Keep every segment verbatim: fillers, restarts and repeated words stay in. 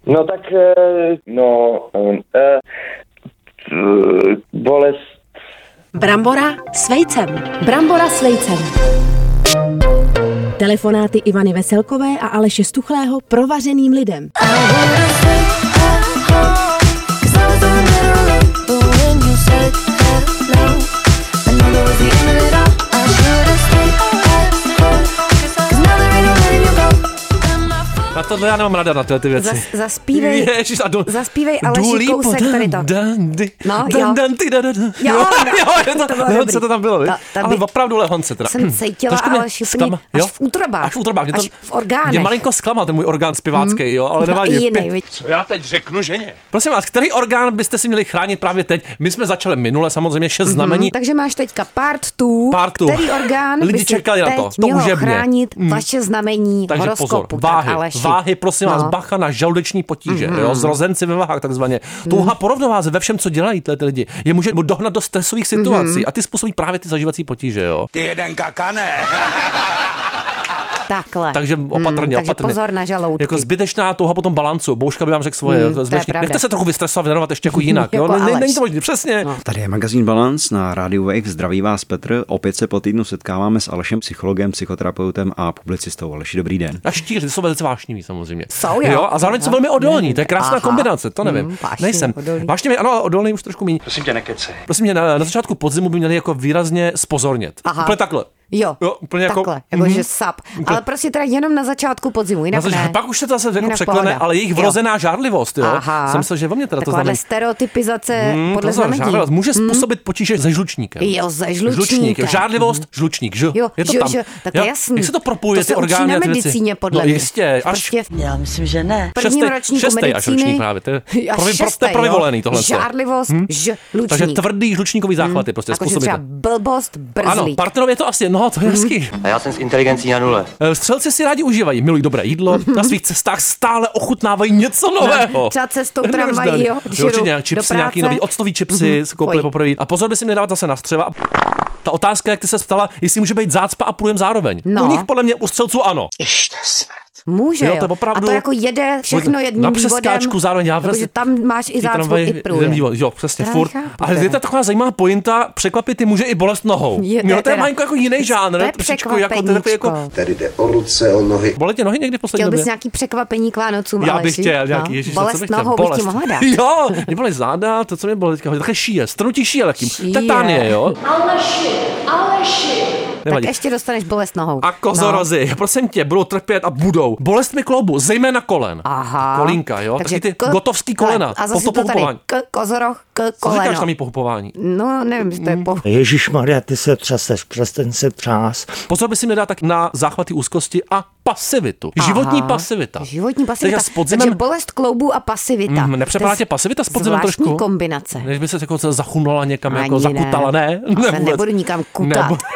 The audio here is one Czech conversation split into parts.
No tak, no, uh, bolest. Brambora s vejcem. Brambora s vejcem. Telefonáty Ivany Veselkové a Aleše Stuchlého provařeným lidem. Na tohle já nemám rada, na tyhle ty věci. Zas, zaspívej, Ježiš, do, zaspívej Aleši kousek tady to. No, jo. Jo, to Lehonce to tam bylo, víš? Ale opravdu Lehonce teda. Jsem cítila Aleši úplně až v útrobách. Až v útrobách. Až v orgánech. Mě malinko zklamal ten můj orgán zpěvácký, jo, ale nevadí. Co já teď řeknu ženě? Prosím vás, který orgán byste si měli chránit právě teď? My jsme začali minule, samozřejmě šest znamení. Takže máš teďka part two, který orgán lidi čekali na to. To mělo chránit vaše znamení horoskopu. Váhy, prosím no. vás, bacha na žaludeční potíže, mm-hmm. jo, zrozenci ve váhách takzvaně. Mm. Touha po rovnováze ve všem, co dělají ty lidi, je může dohnat do stresových situací mm-hmm. a ty způsobí právě ty zažívací potíže, jo. Ty jeden kakane. Takhle. Takže opatrně, hmm, opatrně. Pozor na žaloudky. Jako zbytečná touha potom balancu. Bouška by vám řekl svoje. Hmm, Nechte se trochu vystresovat, věnovat ještě jako jinak. jako jo? Není to možné, přesně. No. Tady je magazín Balance na rádiu Wave. Zdraví vás Petr. Opět se po týdnu setkáváme s Alešem, psychologem, psychoterapeutem a publicistou. Aleši, dobrý den. A štíři, ty jsou velice vášniví samozřejmě. Jsou, jo. jo? A zároveň jsou velmi odolní. To je krásná Aha. kombinace, to nevím. Hmm, vášní, Nejsem. Vášniví, ano, odolný už trošku méně. Prosím tě, nekecej. Prosím tě, na, na začátku podzimu by měli jako výrazně spozornět. Aha. Úplně takhle. Jo, jo, úplně jako, takhle, jakože mm-hmm. sap. Ale prostě teda jenom na začátku podzimu, jinak na zač- ne. Pak už se to zase jako překlene, ale jejich vrozená jo. žárlivost, jo. Aha. Jsem myslel, že o mě teda to znamená. Takováhle stereotypizace hmm, podle znamení. Může způsobit potíže se žlučníkem. Jo, se žlučníkem. Žárlivost, mm-hmm. žlučník, že? Jo, je to jo, tam. Jo, tak jo? jasný. Jak se to propojuje, ty orgány a ty věci? To se učí na medicíně, podle mě. No jistě. Až Já myslím, že ne. V prvním ročníku medicíny. Až ročník právě. To je pro vyvolený tohle. Žárlivost, žlučník. Takže tvrdý žlučníkový záchvaty prostě způsobí. Jako blbost, brzlík. Ano, partnerovi je to asi, no, to je hezký. A já jsem s inteligencí na nule. Střelci si rádi užívají, milují dobré jídlo, na svých cestách stále ochutnávají něco nového. Třeba cestou tramvají, jo, když určitě nějak chipsy, nějaký nový octový chipsy, mm-hmm. koupili poprvé. A pozor, by si nedávat zase na střeva. Ta otázka, jak ty se ptala, jestli může být zácpa a průjem zároveň. No. U nich podle mě u střelců ano. Ještě smrt. Může, jo. To je opravdu, a to jako jede všechno jedním na vývodem. přeskáčku zároveň. Já vlastně, tam máš i zácpu, i průjem. Jo, přesně, furt. Ale je to taková zajímavá pointa, překvapit ty může i bolest nohou. Je, jo, to je malinko jako jiný žánr. To je překvapeníčko. Jako... Tady jde o ruce, o nohy. Bolí tě nohy někdy v poslední době? Chtěl bys nějaký překvapení k Vánocům, Já bych chtěl, nějaký, no. ježiš, bolest nohou bych ti mohla dát. Jo, mě bolí záda, to, co mě bolí teďka, také šíje, strnutí šíje lehkým. Tetánie, jo. Aleši, Aleši. Tak ještě dostaneš bolest nohou. A kozorozy, no. prosím tě, budou trpět a budou. Bolest mi kloubu, zejména kolen. Aha. Kolínka, jo. Takže taky ty k... gotovský kolena. A zase to tady k kozoroch, k koleno. Co říkáš tam jí pohupování? No, nevím, že to je po... Ježišmarja, ty se třeseš, přes ten se třás. Pozor by si nedá tak na záchvaty úzkosti a pasivitu. Aha. Životní pasivita. Životní pasivita. Podzimem... Takže bolest kloubů a pasivita. Mm, nepřepadá tě pasivita s podzimem trošku? Zvláštní kombinace. Než by se jako zachunula někam, Ani jako zakutala, ne? ne? ne nebudu nikam kutat. Nebo...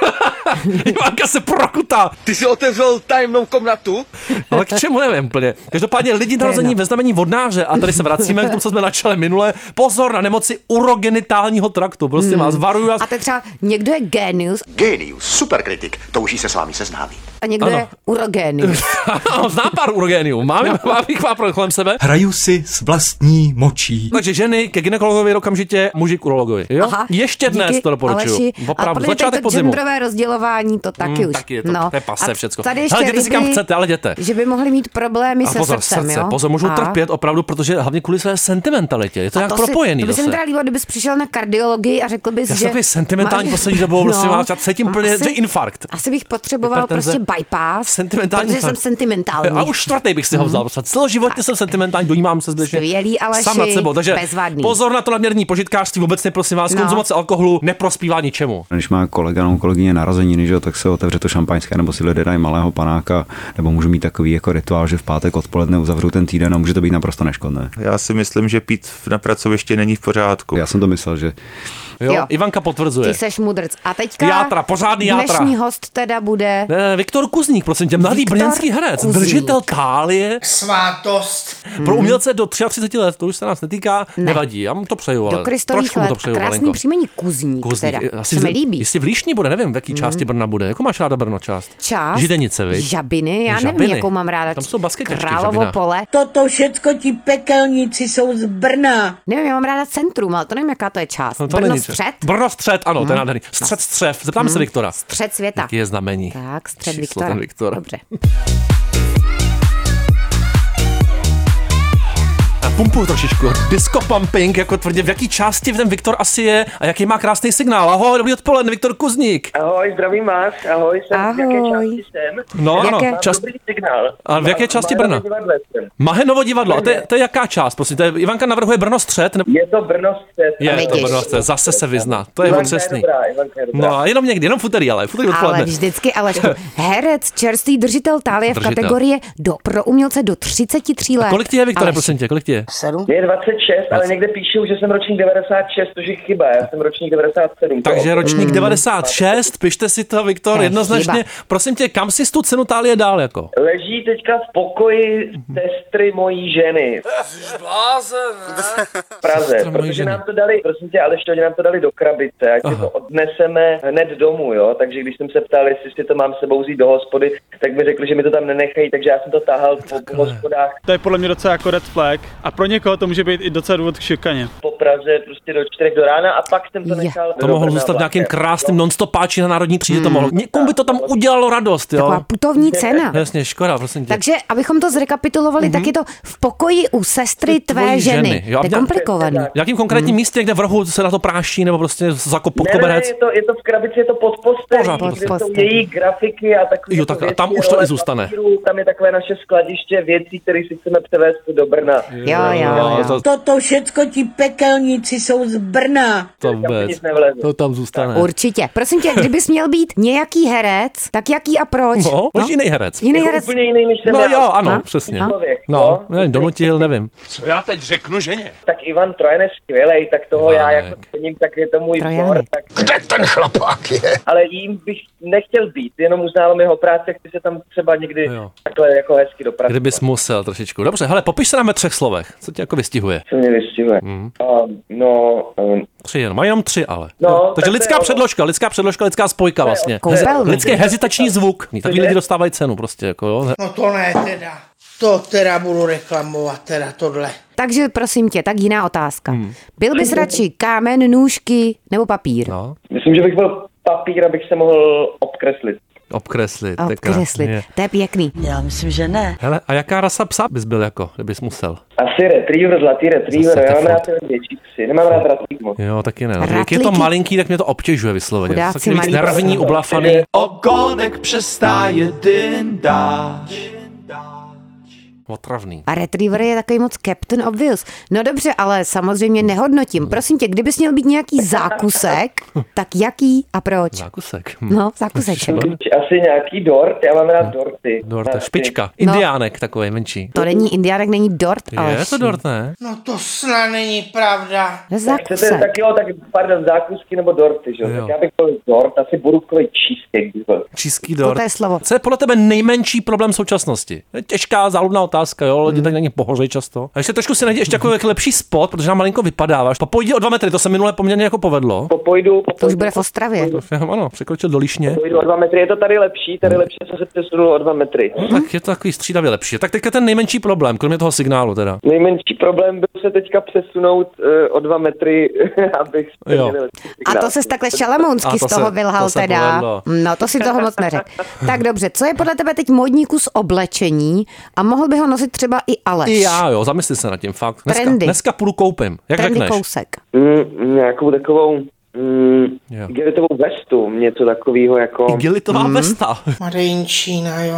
Ivanka se prokutá. Ty jsi otevřel tajemnou komnatu? Ale k čemu nevím plně. Každopádně lidi narození ve znamení vodnáře, a tady se vracíme k tomu, co jsme načali minule. Pozor na nemoci urogenitálního traktu. Prostě hmm. vás varuju. A tak třeba někdo je genius. Genius, superkritik. Touží se s vámi seznámit. A někdo ano. je urogenius. Ano, znám pár urogeniů. Mám, mám jich pár kolem sebe. Hraju si s vlastní močí. Takže ženy ke gynekologovi okamžitě, muži k urologovi. Jo? Aha, ještě dnes díky, to doporučuju. Opravdu, začátek podzimu. Genderové rozdělování, to taky mm, už. Taky je to, no. to je pase všecko. Tady ještě ale jděte ryby, si kam chcete, ale jděte. Že by mohli mít problémy a se pozor, srdcem, srdce, jo? pozor, můžou a? trpět opravdu, protože hlavně kvůli své sentimentalitě. Je to nějak propojený. To by se mi teda líbilo, kdybys přišel na kardiologii a řekl bys, já že... Já jsem sentimentální poslední dobou, prostě mám cítím plně, že infarkt. Asi bych potřeboval prostě bypass, protože jsem sentimentální. A už čtvrtý bych si ho vzal. Celoživotně jsem sentimentální, dojímám se zbytečně. Skvělý, Aleši, sám nad sebou. Takže bezvadný. Pozor na to nadměrný požitkářství, obecně prosím vás, no. konzumace alkoholu neprospívá ničemu. Když má kolega nebo kolegyně narozeniny, že, tak se otevře to šampaňské, nebo si lidé dají malého panáka, nebo můžu mít takový jako rituál, že v pátek odpoledne uzavřu ten týden a může to být naprosto neškodné. Já si myslím, že pít na pracovišti není v pořádku. Já jsem to myslel, že Jo? jo. Ivanka potvrzuje. Ty seš mudrc. A teďka játra, pořádný játra. Dnešní host teda bude... Ne, Viktor Kuzník, prosím tě, mladý brněnský herec, držitel tálie. Svátost. Pro umělce do třicet tři let, to už se nás netýká, ne. nevadí, já mu to přeju, ale do Kristových let. To přeju, krásný malinko. příjmení Kuzník, Kuzník. teda, Asi se mi líbí. Jestli v Líšni bude, nevím, v jaký části mm. Brna bude. Jakou máš ráda Brno část? Část? Židenice, viď? Žabiny, já Žabiny. nevím, jakou mám ráda. Tam jsou basketky. Královo pole. Toto všecko ti pekelníci jsou z Brna. Nevím, já mám ráda centrum, ale to nevím, jaká to je část. No to Brno není střed? Brno střed, ano, mm. to je nádherný. Střed střev, zeptáme mm. se Viktora. Střed světa. Jaký je znamení? Tak, střed Viktora. Viktora. Viktor. Dobře. Pumpuju trošičku. Disco pumping, jako tvrdě, v jaký části ten Viktor asi je a jaký má krásný signál. Ahoj, dobrý odpoledne, Viktor Kuzník. Ahoj, zdravím vás, ahoj, jsem ahoj. v jaké části jsem? No, ano, mám čas... dobrý signál. A v jaké části Mahenovo Brna? divadlo jsem. Mahenovo divadlo, a to je, to je jaká část, prosím, to je, Ivanka navrhuje Brno střed? Ne... Je to Brno střed. Je to Brno střed, zase se vyzná, to je Ivanka otřesný. Je dobrá, Ivanka je dobrá. No a jenom někdy, jenom v úterý, ale v úterý odpoledne. Ale vždycky, ale herec, čerstvý držitel tálie v kategorii do, pro umělce do třicet tři let. A kolik ti je, Viktore, prosím tě, kolik ti je? Sedm. Je dvacet šest, ale někde píšou, že jsem ročník devadesát šest, což je chyba, já jsem ročník devadesát sedm. Takže ročník mm. devadesát šest, pište si to, Viktor, je jednoznačně. chyba. Prosím tě, kam si tu cenu tálie dál, jako? Leží teďka v pokoji sestry mojí ženy. V Praze, protože nám to dali, prosím tě, Aleš, oni nám to dali do krabice, ať si to odneseme hned domů, jo, takže když jsem se ptal, jestli si to mám sebou vzít do hospody, tak mi řekli, že mi to tam nenechají, takže já jsem to tahal po hospodách. To je podle mě docela jako red flag a pro někoho to může být i docela důvod k šikaně. Po Praze prostě do čtyřech do rána a pak jsem to nechal. To mohlo zůstat nějakým krásným non-stopáči na Národní třídě, to mohlo. Někomu by to tam udělalo radost, jo. Taková putovní cena. Jasně, škoda, prosím tě. Takže, abychom to zrekapitulovali, mm-hmm. tak je to v pokoji u sestry tvé Tvojí ženy. ženy. Jo, je komplikovaný. V jakým konkrétním mm. místě, kde v rohu se na to práší, nebo prostě zakop pod ne, koberec? Ne, je to, je to v krabici, je to pod postelí, Pořád, kde jsou její grafiky a takové jo, tak, věci, a tam už to i zůstane. Papíru, tam je takové naše skladiště věcí, které si chceme převést do Brna. Jo, jo, jo. To, Toto všecko ti pekelníci jsou z Brna. to vůbec, to tam zůstane. Určitě. Prosím tě, kdybys měl být nějaký herec, tak jaký a proč? No, no? jiný herec. Jiný jako herec. úplně jiný, než jsem No já. jo, ano, no? přesně. Člověk, no, nevím, donutil, nevím. Co já teď řeknu ženě? Tak Ivan Trojan je skvělej, tak toho Ivanek. já jako cením, tak je to můj Trojanek. vzor. Tak... Kde ten chlapák je? Ale jím bych nechtěl být, jenom uznávám jeho práci, chci se tam třeba někdy Jo. takhle jako hezky dopracovat. Kdybys musel trošičku. Dobře, hele, popiš se nám ve třech slovech. Co tě jako vystihuje? Co mě vystihuje? Mm. Um, no, um, Tři jenom, mají jenom tři, ale. No, Jo. Takže tak lidská to je- předložka, lidská předložka, lidská spojka vlastně. Koupelny. Lidský hezitační zvuk. Takový lidi dostávají cenu prostě, jako jo. No to ne teda. To teda budu reklamovat, teda tohle. Takže prosím tě, tak jiná otázka. Hmm. Byl bys radši kámen, nůžky nebo papír? No, myslím, že bych byl papír, abych se mohl obkreslit. obkreslit. to je Obkreslit. krásně. To je pěkný. Já myslím, že ne. Hele, a jaká rasa psa bys byl jako, kdybys musel? Asi retriever, zlatý retriever, Zase já mám to rád ty větší psy, nemám rád ratlík moc. Jo, taky ne. Jak je Ratlíky. to malinký, tak mě to obtěžuje vysloveně. Chudáci Taky víc malí. nervní, ublafaný. Ogonek přestáje dyndáč. Otravný. A retriever je takový moc Captain Obvious. No dobře, ale samozřejmě nehodnotím. Prosím tě, kdybys měl být nějaký zákusek, tak jaký a proč? Zákusek. No, zákusek. Asi nějaký dort, já mám rád dorty. Dort, špička. No. Indiánek takový menší. To není indiánek, není dort, ale Je to dort, ne? No to snad není pravda. Chcete zákusek. tak jo, tak pardon, zákusky nebo dorty, že jo? Jo. Tak já bych byl dort, asi borůvkový cheesecake bych byl. Číský dort. To je slovo. Co je podle tebe nejmenší problém současnosti? Je těžká, záludná otázka, jo, lidi tak na ně pohořejí často. A ještě trošku si najdi ještě jako lepší spot, protože nám malinko vypadáváš. Popojdi o dva metry, to se minule poměrně jako povedlo. Popojdu, popojdu. To už bude v Ostravě. Ano, překročil do Líšně. Popojdu o dva metry, je to tady lepší, tady lepší, co se přesunul o dva metry. No, tak je to takový střídavě lepší. Tak teďka ten nejmenší problém, kromě toho signálu teda. Nejmenší problém byl se teďka přesunout uh, o dva metry, abych Jo. měl lepší A signál. to se takhle šalamounsky A to z toho se- vylhal to se teda. povedlo. No, to si toho moc neřekl. Tak dobře, co je podle tebe teď módní kus oblečení a mohl by ho nosit třeba i Aleš? I já, jo, zamysli se nad tím fakt. Dneska, Trendy. dneska půjdu koupím. Jak Trendy řekneš? kousek. Mm, nějakou takovou mm, Jo. gelitovou vestu, něco takového jako... Igelitová vesta. Madejnčína, jo.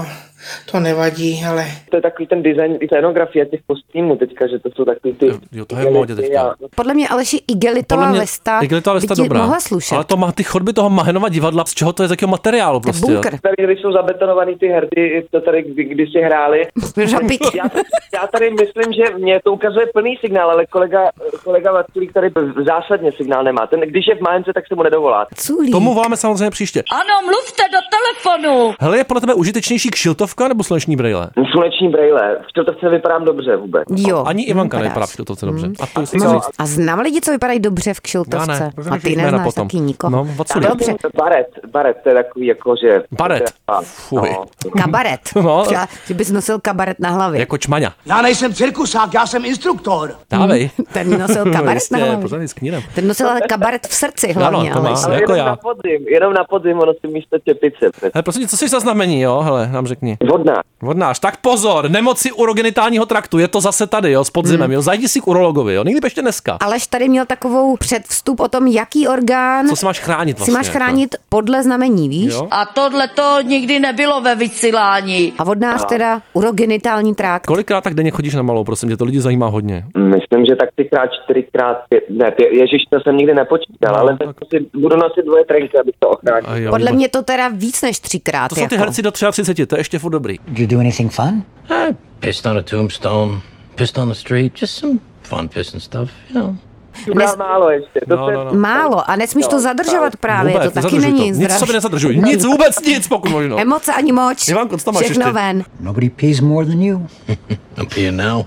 To nevadí, ale... To je takový ten design, i scenografie těch kostýmů teďka, že to jsou takový ty... Jo, to je v módě teďka. Podle mě Aleši igelitová vesta, igelitová vesta dobrá. Mohla slušet. Ale to má ty chodby toho Mahenova divadla, z čeho to je, z jakého materiálu prostě. Bunker. Tady, když jsou zabetonovaný ty herdy, to tady když si hráli. já, já tady myslím, že mě to ukazuje plný signál, ale kolega, kolega Vaculík tady zásadně signál nemá. Ten, když je v Mahence, tak se mu nedovolá. Culík. Tomu voláme samozřejmě příště. Ano, mluvte do telefonu. Hele, je podle tebe užitečnější kšiltovka nebo sluneční brejle? Sluneční brejle. V kšiltovce vypadám dobře vůbec. Jo. Ani Ivanka nevypadá v kšiltovce dobře. Hmm. A, to a, no, a znám lidi, co vypadají dobře v kšiltovce. Ne, a ty neznáš taky nikoho. No, no, dobře. Baret, baret, to je takový jako, že... Baret. Fuj. No. Kabaret. No. Třeba, že bys nosil kabaret na hlavě. Jako čmaňa. Já nejsem cirkusák, já jsem instruktor. Dávej. Ten nosil kabaret na hlavě. Ten nosil ale kabaret v srdci hlavně. Ano, to má, ale jako jenom já. na podzim, jenom na podzim, ono si místo čepice. Hele, prosím, co jsi za znamení, jo? Hele, nám řekni. Vodná. Vodnář. Tak pozor, nemoci urogenitálního traktu, je to zase tady, jo, s podzimem, hmm. jo. Zajdi si k urologovi, jo. Nejlíp ještě dneska. Aleš tady měl takovou předvstup o tom, jaký orgán co si máš chránit vlastně. Si máš chránit jako podle znamení, víš? Jo? A tohle to nikdy nebylo ve vysílání. A vodnář no. teda urogenitální trakt. Kolikrát tak denně chodíš na malou, prosím tě, to lidi zajímá hodně. Myslím, že tak třikrát, čtyřikrát, pět, ne, pět, ježiš, to jsem nikdy nepočítal, no, ale tak si budu nosit dvoje trenky, abych to ochránil. Podle mě to teda víc než třikrát. To jsou jako. ty herci do třicet tři, to je ještě furt dobrý. Did you do anything fun? I pissed on a tombstone, pissed on the street, just some fun piss and stuff, you know. Nes... málo ještě. To no, no, no. Málo a nesmíš no, to zadržovat právě, vůbec, to taky není to. Nic sobě nezadržuj, nic, vůbec nic, pokud možno. Emoce ani moč, Ivanko, co tam máš všechno ještě? ven. Nobody pees more than you. I'm peeing now.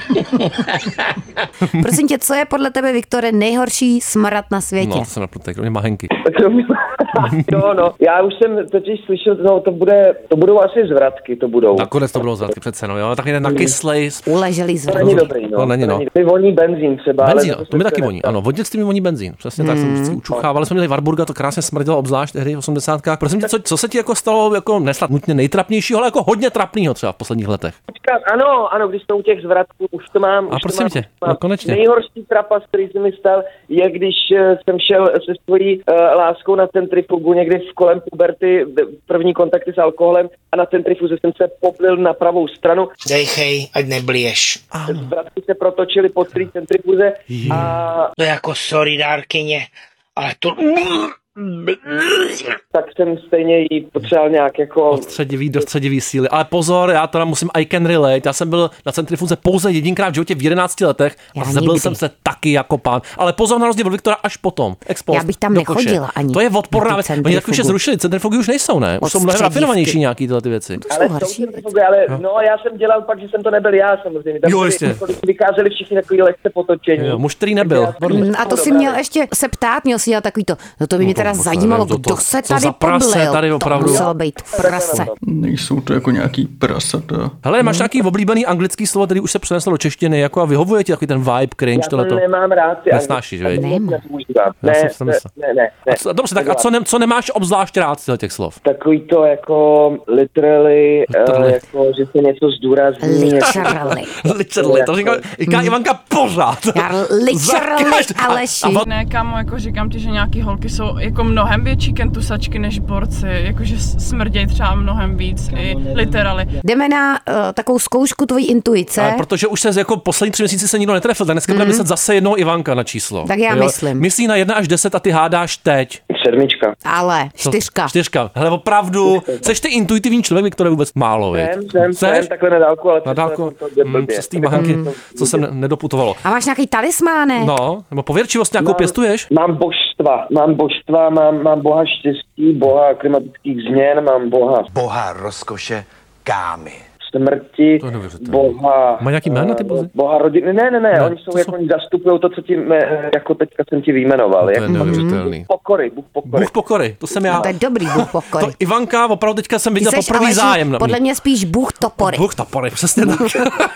Prosím tě, co je podle tebe, Viktore, nejhorší smrad na světě? No, to jsem naprotek, kromě Mahenky. Jo, no, já už jsem totiž slyšel, no, to bude, to budou asi zvratky, to budou. Nakonec to budou zvratky přece, no jo, taky nakyslej. Uleželý zvratky. To není dobrý, no. To není, no. Mi voní benzín třeba. Benzín, ale to mi taky voní, ano, vodnictví mi voní benzín, přesně tak, jsem vždycky učuchával, jsme měli Warburga, to krásně smrdilo, obzvlášť tehdy v osmdesátkách. Prosím tě, co, co se ti jako stalo, jako nesnad nutně nejtrapnějšího, ale jako hodně trapného třeba v posledních letech? Ano, ano, když to u těch zvratků, už to mám. A už prosím to mám, tě, mám. No konečně. Nejhorší trapas, který se mi stal, je když jsem šel se svojí uh, láskou na centrifugu někdy v kolem puberty, první kontakty s alkoholem a na centrifuze jsem se poplil na pravou stranu. Dejchej, ať neblíješ. Zvratky se protočily po celý centrifuze a... To jako sorry, dárkyně, ale to... Tak jsem stejně jí potřeboval nějak jako... Odstředivý, dostředivý síly. Ale pozor, já teda musím, I can relate. Já jsem byl na centrifuze pouze jedinkrát v životě v jedenácti letech a zabil jsem se taky jako pán. Ale pozor na rozdíl od Viktora až potom. Expost, já bych tam nechodila ani. To je odporná věc. Oni tak už je zrušili, centrifugy už nejsou, ne? Už jsou mnohem rafinovanější nějaký tyhle ty věci. Ale jsou centrifugy, ale no, já jsem dělal pak, že jsem to nebyl já samozřejmě. Tam jo, jistě. Vykázali všichni takový lehce potočení. Jo, muž, který nebyl. A to si měl ještě se ptát, měl si dělat takový to. No to by mě teda zajímalo, kdo se tady poblil. Tady opravdu. To muselo být prase. Nejsou to jako nějaký prasata. Hele, máš nějaký oblíbený anglický slovo, který už se přeneslo do češtiny, jako a vyhovuje ti takový ten vibe, cringe, tohleto? Já to nemám rád. Nesnášíš, veď? Ne, ne, ne, ne, ne. Co, dobře, tak a co, ne, co nemáš obzvlášť rád z těch slov? Takový to jako literally, uh, jako, že se něco zdůrazní. Literally. Literally, to říká, říká Ivanka pořád. Literally, Aleši. Ne, kámo, jako říkám ti, že nějaký holky jsou jako mnohem větší kentusačky než borci, jakože smrdějí třeba mnohem víc, i literally. Jdeme na uh, takovou zkoušku tvojí intuice. Ale protože už se jako poslední tři měsíci se nikdo netrefil, tak dneska mm-hmm. budeme myslet zase jednou Ivanka na číslo. Tak já jo? myslím. Myslí na jedna až deset a ty hádáš teď. Sedmička. Ale čtyřka. Co? Čtyřka. Hele, opravdu, seš ty intuitivní člověk, který vůbec málo, viď? Jsem, jsem, jsem, takhle na dálku, ale na dálku, mm, přes té bahanky, mm. co jsem nedoputovalo. A máš nějaký talismánek? No, nebo pověrčivost nějakou mám, pěstuješ? Mám božstva, mám božstva, mám, mám boha štěstí, boha klimatických změn, mám boha... Boha rozkoše, kámy. Smrti, boha... Má nějaký jména ty bozy? Boha rodiny, ne, ne, ne, ne, oni jsou, jako, oni zastupují to, co ti, jako teďka jsem ti vyjmenoval. No to je jako, neuvěřitelný. Bůh pokory, Bůh pokory. Bůh pokory, to jsem já. No to je dobrý Bůh pokory. To Ivanka, opravdu teďka jsem viděl poprvý zájem na mě. Podle mě spíš Bůh topory. Bůh topory, přesně tak.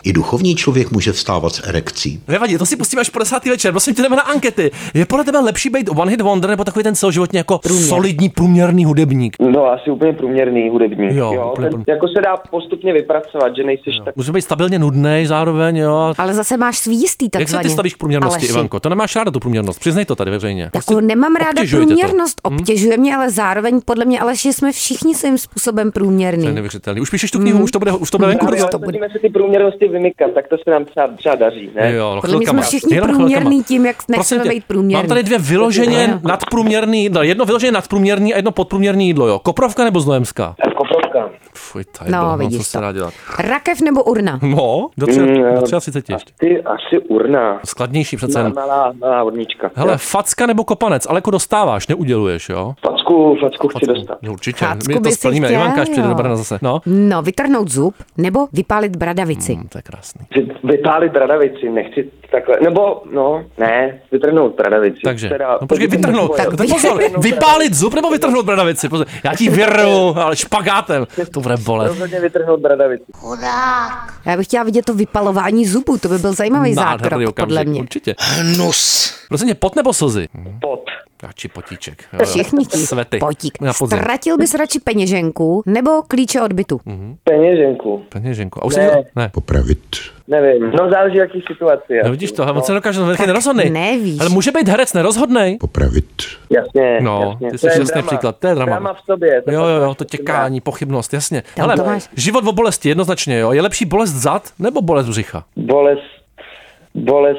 I duchovní člověk může vstávat s erekcí. Nevadí, to si pustíme až po desátý večer. Prosím tě, jdeme na ankety. Je podle tebe lepší být one hit wonder nebo takový ten celoživotně jako Průměr. solidní průměrný hudebník? No, asi úplně průměrný hudebník. Jo, jo úplně ten, jako se dá postupně vypracovat, že nejsiš tak... Může být stabilně nudnej zároveň, jo. Ale zase máš svý jistý takzvaně. Jak se ty stavíš k průměrnosti, Aleši. Ivanko? To nemáš ráda tu průměrnost. Přiznej to tady veřejně. Jako Prostě nemám ráda průměrnost, to. obtěžuje mě, ale zároveň podle mě Aleši jsme všichni svým způsobem průměrný. To je neuvěřitelný. Už píšeš tu knihu, mm. už to bude, už to bude venku. Ale snažíme se ty průměrnosti vymykat, tak to se nám třeba, třeba daří, ne? Jo, podle mě jsme všichni průměrný tím, jak nechceme být průměrný. Mám tady dvě vyloženě nadprůměrný jídla. Jedno vyloženě nadprůměrný a jedno podprůměrný jídlo, jo. Koprovka nebo Znojemská? Koprovka. Fuj, tady no, bylo, vidíš no, co se dá dělat. Rakev nebo urna? No, do třiceti mm, ještě. Asi, asi urna. Skladnější přece jen. Malá, malá urnička. Hele, jo. Facka nebo kopanec, ale jako dostáváš, neuděluješ, jo? Facku, facku chci dostat. No, určitě, Facku my to splníme. Chtěl, Ivanka až přijde do Brna zase. No, no vytrhnout zub nebo vypálit bradavici. Hmm, to je krásný. Vypálit bradavici, nechci takhle, nebo, no, ne, vytrhnout bradavici. Takže, teda, no počkej, vytrhnout, tak, tak pozor, vypálit zub nebo vytrhnout bradavici, pozor, já ti věru, ale špagátem, to bude bolet. Rozhodně vytrhnout bradavici. Chudák. Já bych chtěla vidět to vypalování zubů, to by byl zajímavý zákrok, podle mě. Určitě. Hnus. Prosím tě, pot nebo slzy? Pot. Radši potíček. Všichni ti. Svety. Potík. Ztratil bys radši peněženku nebo klíče od bytu? Mm-hmm. Peněženku. Peněženku. A už ne. si... ne. Popravit. Nevím, no záleží jaký situaci. No vidíš to, ale moc se dokáže velký nerozhodnej. Nevíš. Ale může být herec nerozhodnej. Popravit. Jasně, no, jasně. Ty jsi jasný příklad, to je drama. Drama v sobě. Jo, jo, jo, to těkání, pochybnost, jasně. Tam Hele, máš... život o bolesti, jednoznačně, jo. Je lepší bolest zad nebo bolest břicha? Bolest, bolest...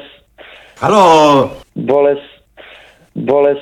Haló! Bolest, bolest...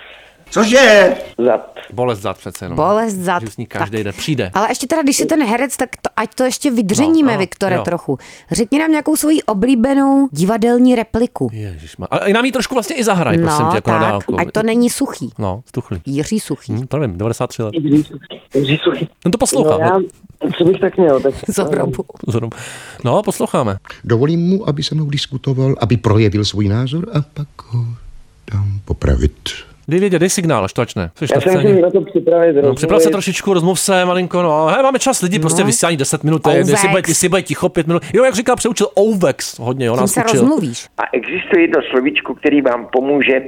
Cože? Zad. Bolest zad přece jenom. Bolest zad. Že s ní každý den přijde. Ale ještě teda, když jsi ten herec, tak to, ať to ještě vydřeníme, no, no, Viktore, jo. trochu. Řekni nám nějakou svoji oblíbenou divadelní repliku. Ježišma. Ale nám ji trošku vlastně i zahraj, no, prosím tě, jako tak, na dálku. ať to není suchý. No, stuchlý. Jiří Suchý. Hm, to nevím, devadesát tři let. Jiří Suchý. No to poslouchám. No, já, co bych tak měl? Tak... Zorobu. Zorobu. No, posloucháme. Dovolím mu, aby se mnou diskutoval, aby projevil svůj názor a pak ho dám popravit. Dej vědět, dej signál, štvačné. Já jsem si na to připravit. No, připrav se trošičku, rozmluv se malinko, no. Hej, máme čas, lidi, no. Prostě vysílání deset minut, jestli bude, jestli bude ticho pět minut. Jo, jak říkal, přeučil Ouvex hodně, jo, nás se učil. Rozmluvíš. A existuje jedno slovíčko, který vám pomůže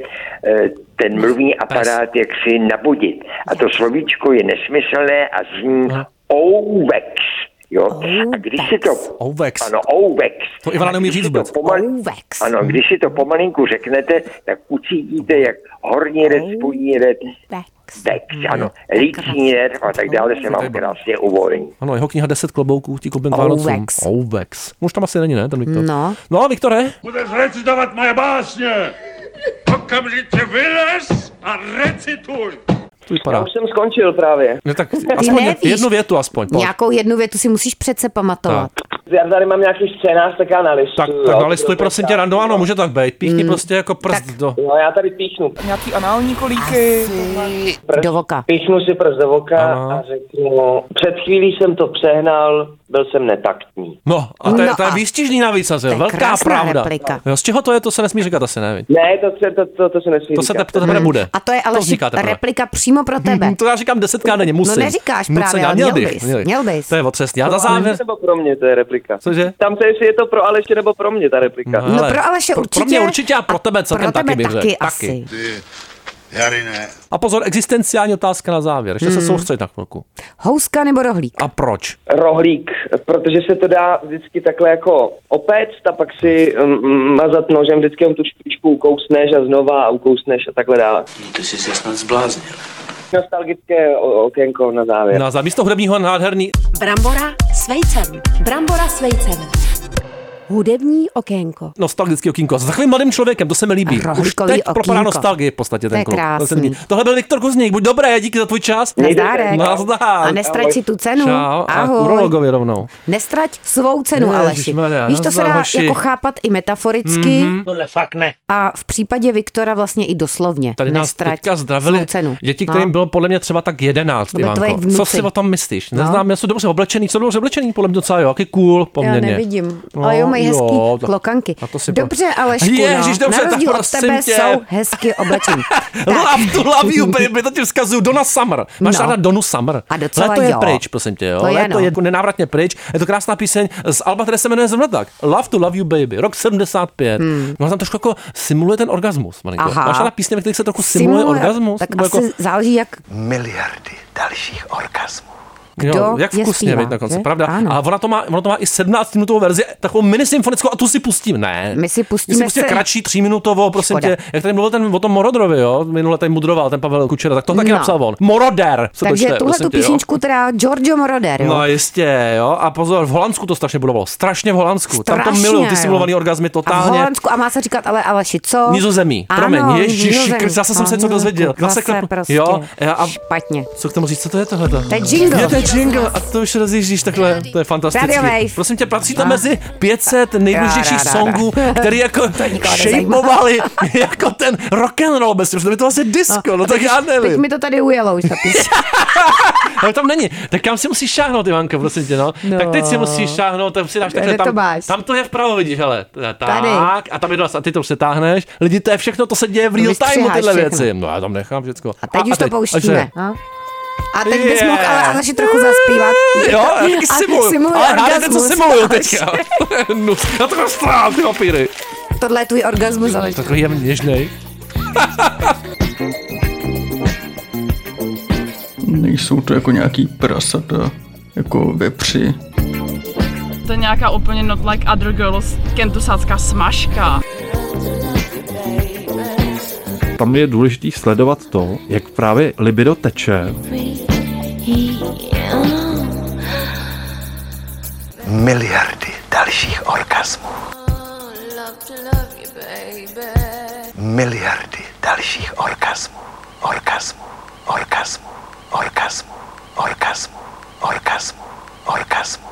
ten mluvní aparát jak si nabudit. A to slovíčko je nesmyslné a zní Ouvex. Jo? A když si to... Ouvex. Ano, Ouvex. To Ivana neumí říct vůbec. Pomal... Ano, když si to pomalinku řeknete, tak ucítíte, jak horní red, spodní red, Vex, ano, líční red a tak dále se vám krásně uvolní. Ano, jeho kniha deset klobouků, tí koblin Vánocům. Ouvex. Už tam asi není, ne, ten Viktor? No. No a Viktore? Budeš recitovat moje básně. Okamžitě vylez a recituj. Já už jsem skončil právě. Ne, tak aspoň jednu větu aspoň. Pojď. Nějakou jednu větu si musíš přece pamatovat. Tak. Já tady mám nějaký scénář, tak já nalistuju. Tak, tak nalistuj prosím tě, Rando, ano, může tak být. Píchni mm. prostě jako prst tak. Do... No já tady píchnu. Nějaký anální kolíky. Prst do voka. Píchnu si prst do voka ano. A řeknu, před chvílí jsem to přehnal, byl jsem netaktní. No a to je, no to je výstižný navíc, asi, velká pravda. Jo, z čeho to je, to se nesmí říkat asi, ne? Ne, to, to, to, to se nesmí to říkat. Se to teprve bude. A to je ale to replika přímo pro tebe. To já říkám desetkrát denně, musím. No neříkáš právě, ale měl bys. Měl bys. To je otřesný. Já na závěr. Nebo pro mě to je replika. Cože? Tam se jestli je to pro Aleše nebo pro mě ta replika. No, no pro Aleše určitě. Pro mě určitě a pro tebe celkem taky bych řekl. Taky. Jary ne. A pozor, existenciální otázka na závěr. Ještě hmm. se soustřeď na chvilku. Houska nebo rohlík? A proč? Rohlík, protože se to dá vždycky takhle jako opéct a pak si um, mazat nožem, vždycky tu špičku ukousneš a znova a ukousneš a takhle dále. No, ty jsi se snad zbláznil. Nostalgické okénko na závěr. Na za místo hudebního nádherný. Brambora s vejcem. Brambora s vejcem. Hudební okénko. Nostalgický okýnko. S takovým mladým člověkem, to se mi líbí. Už teď propadá nostalgie v podstatě ten kluk. Tohle byl Viktor Kuzník. Buď dobré, díky za tvůj čas. Nazdárek. Nazdár. A nestrať si tu cenu. Čau. Ahoj. A urologovi rovnou. Nestrať svou cenu, Aleši. Víš, to se dá hoši. Jako chápat i metaforicky. Mm-hmm. Tohle fakt ne. A v případě Viktora vlastně i doslovně. Tady nás teďka zdravili děti, kterým bylo podle mě třeba tak jedenáct, Ivanko. Co si o tom myslíš? Neznám, já jsou dobře oblečený, jsou dobře oblečený, podle mě docela jo, jaký cool poměrně. Já nevidím. Ale jo, mají hezký Jo, to- klokanky. a to si Dobře, po- Alešku, Ježiš, no. dobře, Na tak rozdíl od prosím tebe tě. jsou hezky oblečení. Love to love you, baby, to ti vzkazuju. Donna Summer. Máš No. ráda Donu Summer? A docela Leto je jo. pryč, prosím tě, jo. To je, Leto no. je jako nenávratně pryč. Je to krásná píseň z alba, které se jmenuje zrovna tak. Love to love you, baby. Rok sedmdesát pět. Hmm. No tam trošku jako simuluje ten orgasmus, malinko. Aha. Máš ráda písně, ve kterých se trochu simuluje, Simuluje- orgasmus? Tak Nebo asi jako, záleží, jak Miliardy dalších orgasmů. kdo jo, jak je vkusně, zpívá, veď, na konci, že? pravda. Ano. Ale ona to má, ona to má i sedmnáctiminutovou verzi, takovou minisymfonickou, a tu si pustím. Ne. My si pustíme My si pustíme se- kratší, tříminutovou, prosím Škoda. tě. Jak tady mluvil ten o tom Morodrovi, jo, minule tady mudroval ten Pavel Kučera, tak to taky No. napsal on. Moroder. Se to Takže čte, tuhle prosím tu tě, jo. písničku teda Giorgio Moroder, jo? No jistě, jo. A pozor, v Holandsku to strašně budovalo. Strašně v Holandsku. Tam to Strašně, milují ty jo. simulovaný orgazmy A v totálně. Holandsku, a má se říkat ale Aleši, co? Nizozemí, Ano, promiň, ježiši, Nizozemí. zase jsem se něco Ano, dozvěděl. Zase klep- prostě jo, a špatně. co k tomu říct, co to je tohleto? To je jingle. Je to je jingle a to už rozjíždíš takhle, to je fantastické. Radio Wave. Prosím tě, patří to A? mezi pět set nejdůležitějších Rá, rá, rá, rá. songů, který jako nikoho nezajímá. shapeovali jako ten rock and roll, bez toho, to asi disco, no tak já Teď nevím. mi to tady ujelo už ta písnička. Ale tam není. Tak kam si musíš šáhnout, Ivanka, prosím tě, no. No. Tak teď si musíš šáhnout, tam si dáš takhle, Kde to tam, máš? tam to je vpravo, vidíš, hele. Tak, Tady. a tam je dost, a ty to přetáhneš. Lidi, to je všechno, to se děje v real time, Vystřiháš tyhle všechno. věci. No já tam nechám všecko. A teď už to až pouštíme. ne. no. A teď bys Yeah. mohl ale Aleši trochu zaspívat. Jo, já taky A simuluju. simuluj Ale hádejte, co orgasmus. simuluju teďka. No, já to roztrám, ty papíry. Tohle je tvůj orgasmus, Aleši. Takový je něžnej. Nejsou to jako nějaký prasata, jako vepři. To je nějaká úplně not like other girls kentusácká smažka. Tam je důležité sledovat to, jak právě libido teče. Miliardy dalších orgasmů. Miliardy dalších orgasmů. Orgasmů. Orgasmů. Orgasmů. Orgasmů. Orgasmů. Orgasmů.